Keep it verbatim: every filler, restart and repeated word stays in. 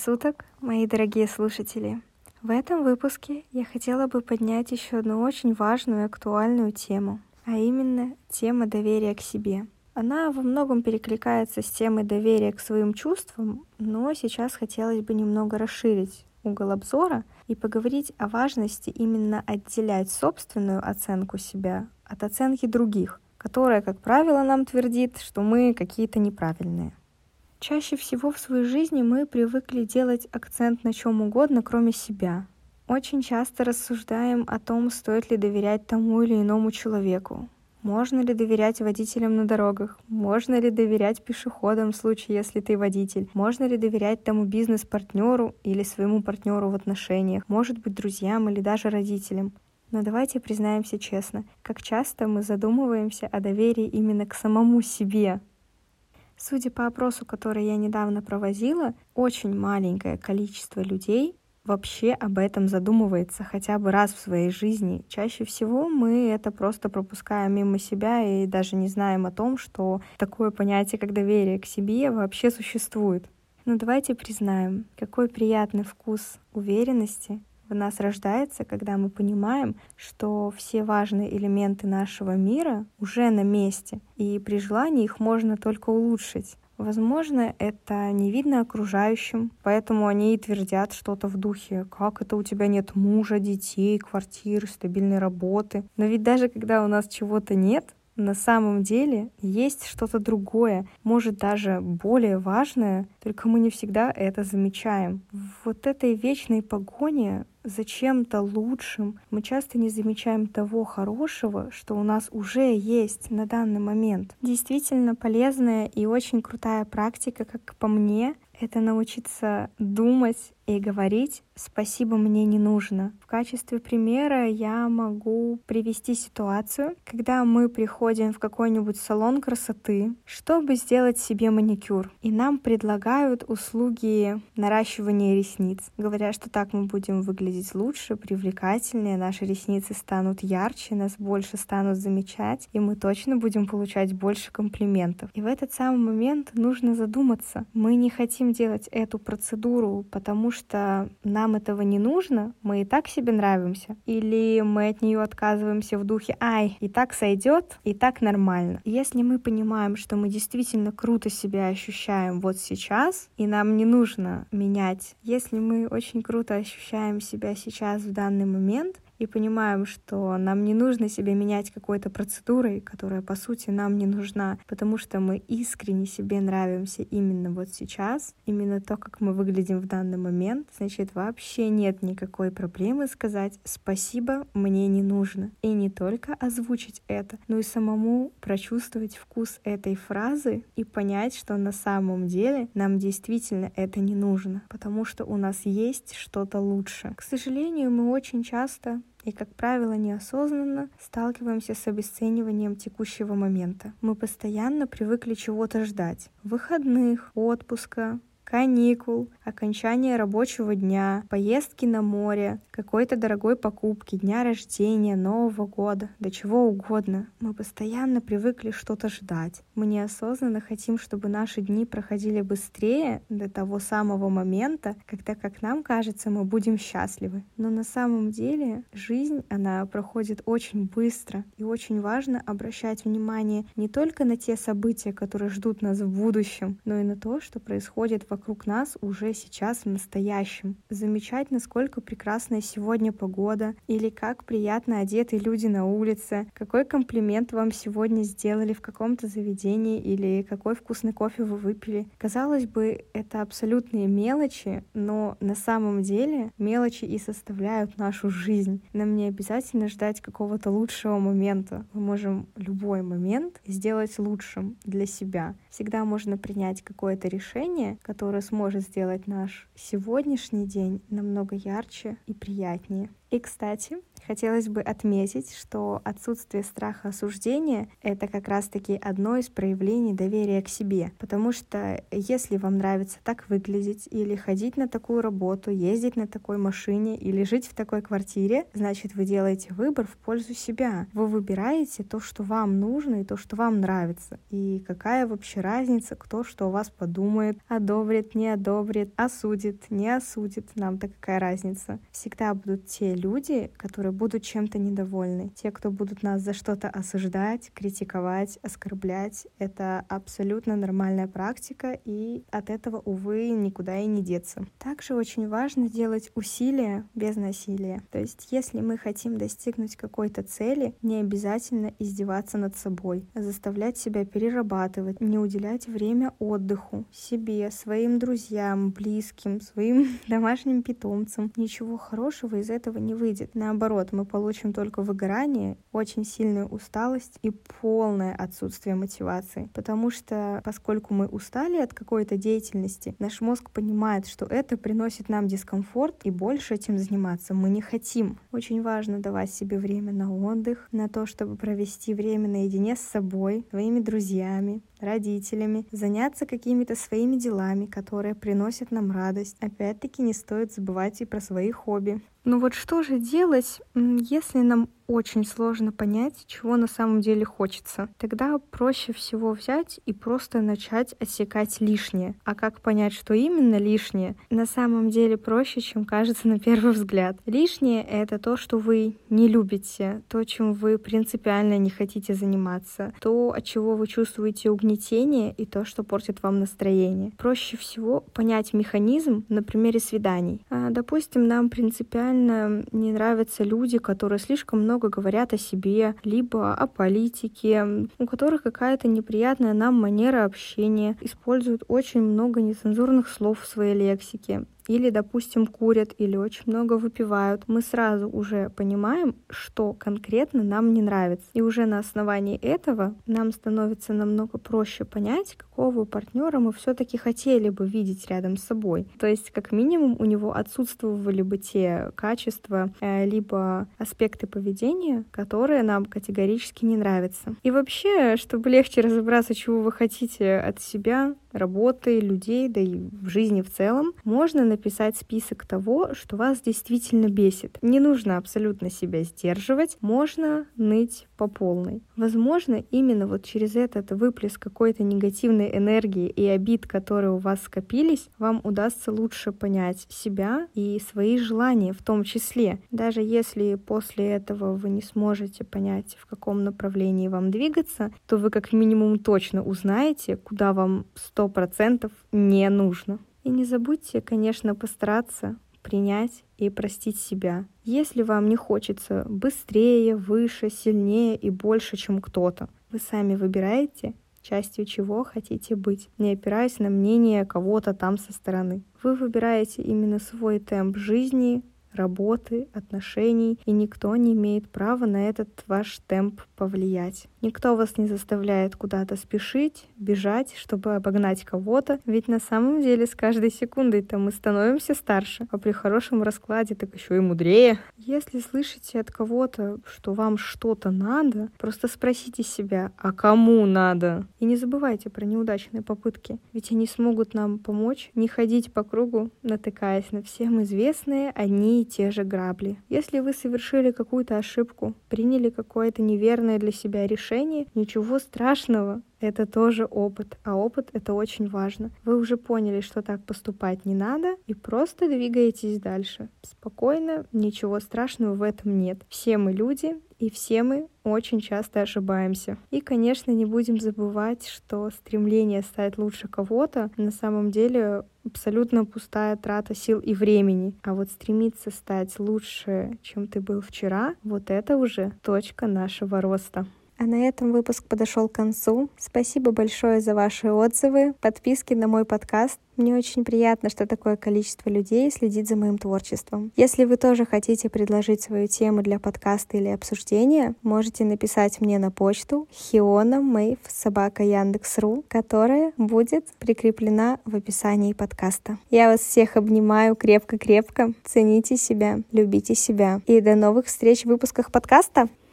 суток, мои дорогие слушатели! В этом выпуске я хотела бы поднять еще одну очень важную и актуальную тему, а именно тема доверия к себе. Она во многом перекликается с темой доверия к своим чувствам, но сейчас хотелось бы немного расширить угол обзора и поговорить о важности именно отделять собственную оценку себя от оценки других, которая, как правило, нам твердит, что мы какие-то неправильные. Чаще всего в своей жизни мы привыкли делать акцент на чем угодно, кроме себя. Очень часто рассуждаем о том, стоит ли доверять тому или иному человеку. Можно ли доверять водителям на дорогах? Можно ли доверять пешеходам в случае, если ты водитель? Можно ли доверять тому бизнес-партнеру или своему партнеру в отношениях? Может быть, друзьям или даже родителям? Но давайте признаемся честно, как часто мы задумываемся о доверии именно к самому себе. Судя по опросу, который я недавно проводила, очень маленькое количество людей вообще об этом задумывается хотя бы раз в своей жизни. Чаще всего мы это просто пропускаем мимо себя и даже не знаем о том, что такое понятие, как доверие к себе, вообще существует. Но давайте признаем, какой приятный вкус уверенности в нас рождается, когда мы понимаем, что все важные элементы нашего мира уже на месте, и при желании их можно только улучшить. Возможно, это не видно окружающим, поэтому они и твердят что-то в духе: «Как это у тебя нет мужа, детей, квартиры, стабильной работы?» Но ведь даже когда у нас чего-то нет, на самом деле есть что-то другое, может даже более важное, только мы не всегда это замечаем. В вот этой вечной погоне за чем-то лучшим мы часто не замечаем того хорошего, что у нас уже есть на данный момент. Действительно полезная и очень крутая практика, как по мне, это научиться думать и говорить «спасибо, мне не нужно». В качестве примера я могу привести ситуацию, когда мы приходим в какой-нибудь салон красоты, чтобы сделать себе маникюр, и нам предлагают услуги наращивания ресниц, говоря, что так мы будем выглядеть лучше, привлекательнее, наши ресницы станут ярче, нас больше станут замечать, и мы точно будем получать больше комплиментов. И в этот самый момент нужно задуматься. Мы не хотим делать эту процедуру, потому что нам этого не нужно, мы и так себе нравимся, или мы от нее отказываемся в духе «ай, и так сойдет, и так нормально». Если мы понимаем, что мы действительно круто себя ощущаем вот сейчас, и нам не нужно менять, если мы очень круто ощущаем себя сейчас в данный момент, и понимаем, что нам не нужно себя менять какой-то процедурой, которая, по сути, нам не нужна, потому что мы искренне себе нравимся именно вот сейчас, именно то, как мы выглядим в данный момент, значит, вообще нет никакой проблемы сказать «спасибо, мне не нужно». И не только озвучить это, но и самому прочувствовать вкус этой фразы и понять, что на самом деле нам действительно это не нужно, потому что у нас есть что-то лучше. К сожалению, мы очень часто и, как правило, неосознанно сталкиваемся с обесцениванием текущего момента. Мы постоянно привыкли чего-то ждать: выходных, отпуска, каникул, окончания рабочего дня, поездки на море, какой-то дорогой покупки, дня рождения, Нового года, да чего угодно. Мы постоянно привыкли что-то ждать. Мы неосознанно хотим, чтобы наши дни проходили быстрее до того самого момента, когда, как нам кажется, мы будем счастливы. Но на самом деле жизнь, она проходит очень быстро, и очень важно обращать внимание не только на те события, которые ждут нас в будущем, но и на то, что происходит в вокруг нас уже сейчас в настоящем. Замечать, насколько прекрасная сегодня погода, или как приятно одеты люди на улице, какой комплимент вам сегодня сделали в каком-то заведении, или какой вкусный кофе вы выпили. Казалось бы, это абсолютные мелочи, но на самом деле мелочи и составляют нашу жизнь. Нам не обязательно ждать какого-то лучшего момента. Мы можем любой момент сделать лучшим для себя. Всегда можно принять какое-то решение, которое которое сможет сделать наш сегодняшний день намного ярче и приятнее. И, кстати, Хотелось бы отметить, что отсутствие страха осуждения — это как раз-таки одно из проявлений доверия к себе. Потому что если вам нравится так выглядеть или ходить на такую работу, ездить на такой машине или жить в такой квартире, значит, вы делаете выбор в пользу себя. Вы выбираете то, что вам нужно и то, что вам нравится. И какая вообще разница, кто что о вас подумает, одобрит, не одобрит, осудит, не осудит. Нам-то какая разница? Всегда будут те люди, которые будут чем-то недовольны. Те, кто будут нас за что-то осуждать, критиковать, оскорблять. Это абсолютно нормальная практика, и от этого, увы, никуда и не деться. Также очень важно делать усилия без насилия. То есть, если мы хотим достигнуть какой-то цели, не обязательно издеваться над собой, а заставлять себя перерабатывать, не уделять время отдыху, себе, своим друзьям, близким, своим домашним питомцам. Ничего хорошего из этого не выйдет. Наоборот, мы получим только выгорание, очень сильную усталость и полное отсутствие мотивации. Потому что, поскольку мы устали от какой-то деятельности, наш мозг понимает, что это приносит нам дискомфорт, и больше этим заниматься мы не хотим. Очень важно давать себе время на отдых, на то, чтобы провести время наедине с собой, своими друзьями, родителями, заняться какими-то своими делами, которые приносят нам радость. Опять-таки не стоит забывать и про свои хобби. Ну вот что же делать, если нам очень сложно понять, чего на самом деле хочется? Тогда проще всего взять и просто начать отсекать лишнее. А как понять, что именно лишнее? На самом деле проще, чем кажется на первый взгляд. Лишнее — это то, что вы не любите, то, чем вы принципиально не хотите заниматься, то, от чего вы чувствуете угнетение, и то, что портит вам настроение. Проще всего понять механизм на примере свиданий. А, допустим, нам принципиально не нравятся люди, которые слишком много говорят о себе, либо о политике, у которых какая-то неприятная нам манера общения, используют очень много нецензурных слов в своей лексике. Или, допустим, курят, или очень много выпивают, мы сразу уже понимаем, что конкретно нам не нравится. И уже на основании этого нам становится намного проще понять, какого партнера мы все-таки хотели бы видеть рядом с собой. То есть, как минимум, у него отсутствовали бы те качества, либо аспекты поведения, которые нам категорически не нравятся. И вообще, чтобы легче разобраться, чего вы хотите от себя, работы, людей, да и в жизни в целом, можно написать список того, что вас действительно бесит. Не нужно абсолютно себя сдерживать, можно ныть по полной. Возможно, именно вот через этот выплеск какой-то негативной энергии и обид, которые у вас скопились, вам удастся лучше понять себя и свои желания в том числе. Даже если после этого вы не сможете понять, в каком направлении вам двигаться, то вы как минимум точно узнаете, куда вам сто процентов не нужно. И не забудьте, конечно, постараться принять и простить себя. Если вам не хочется быстрее, выше, сильнее и больше, чем кто-то, вы сами выбираете, частью чего хотите быть, не опираясь на мнение кого-то там со стороны. Вы выбираете именно свой темп жизни, работы, отношений, и никто не имеет права на этот ваш темп повлиять. Никто вас не заставляет куда-то спешить, бежать, чтобы обогнать кого-то, ведь на самом деле с каждой секундой-то мы становимся старше, а при хорошем раскладе так еще и мудрее. Если слышите от кого-то, что вам что-то надо, просто спросите себя, а кому надо? И не забывайте про неудачные попытки, ведь они смогут нам помочь не ходить по кругу, натыкаясь на всем известные одни и те же грабли. Если вы совершили какую-то ошибку, приняли какое-то неверное для себя решение, ничего страшного. Это тоже опыт, а опыт — это очень важно. Вы уже поняли, что так поступать не надо, и просто двигаетесь дальше. Спокойно, ничего страшного в этом нет. Все мы люди, и все мы очень часто ошибаемся. И, конечно, не будем забывать, что стремление стать лучше кого-то на самом деле абсолютно пустая трата сил и времени. А вот стремиться стать лучше, чем ты был вчера, вот это уже точка нашего роста. А на этом выпуск подошел к концу. Спасибо большое за ваши отзывы, подписки на мой подкаст. Мне очень приятно, что такое количество людей следит за моим творчеством. Если вы тоже хотите предложить свою тему для подкаста или обсуждения, можете написать мне на почту хиона мэйв собака яндекс точка ру, которая будет прикреплена в описании подкаста. Я вас всех обнимаю крепко-крепко. Цените себя, любите себя. И до новых встреч в выпусках подкаста!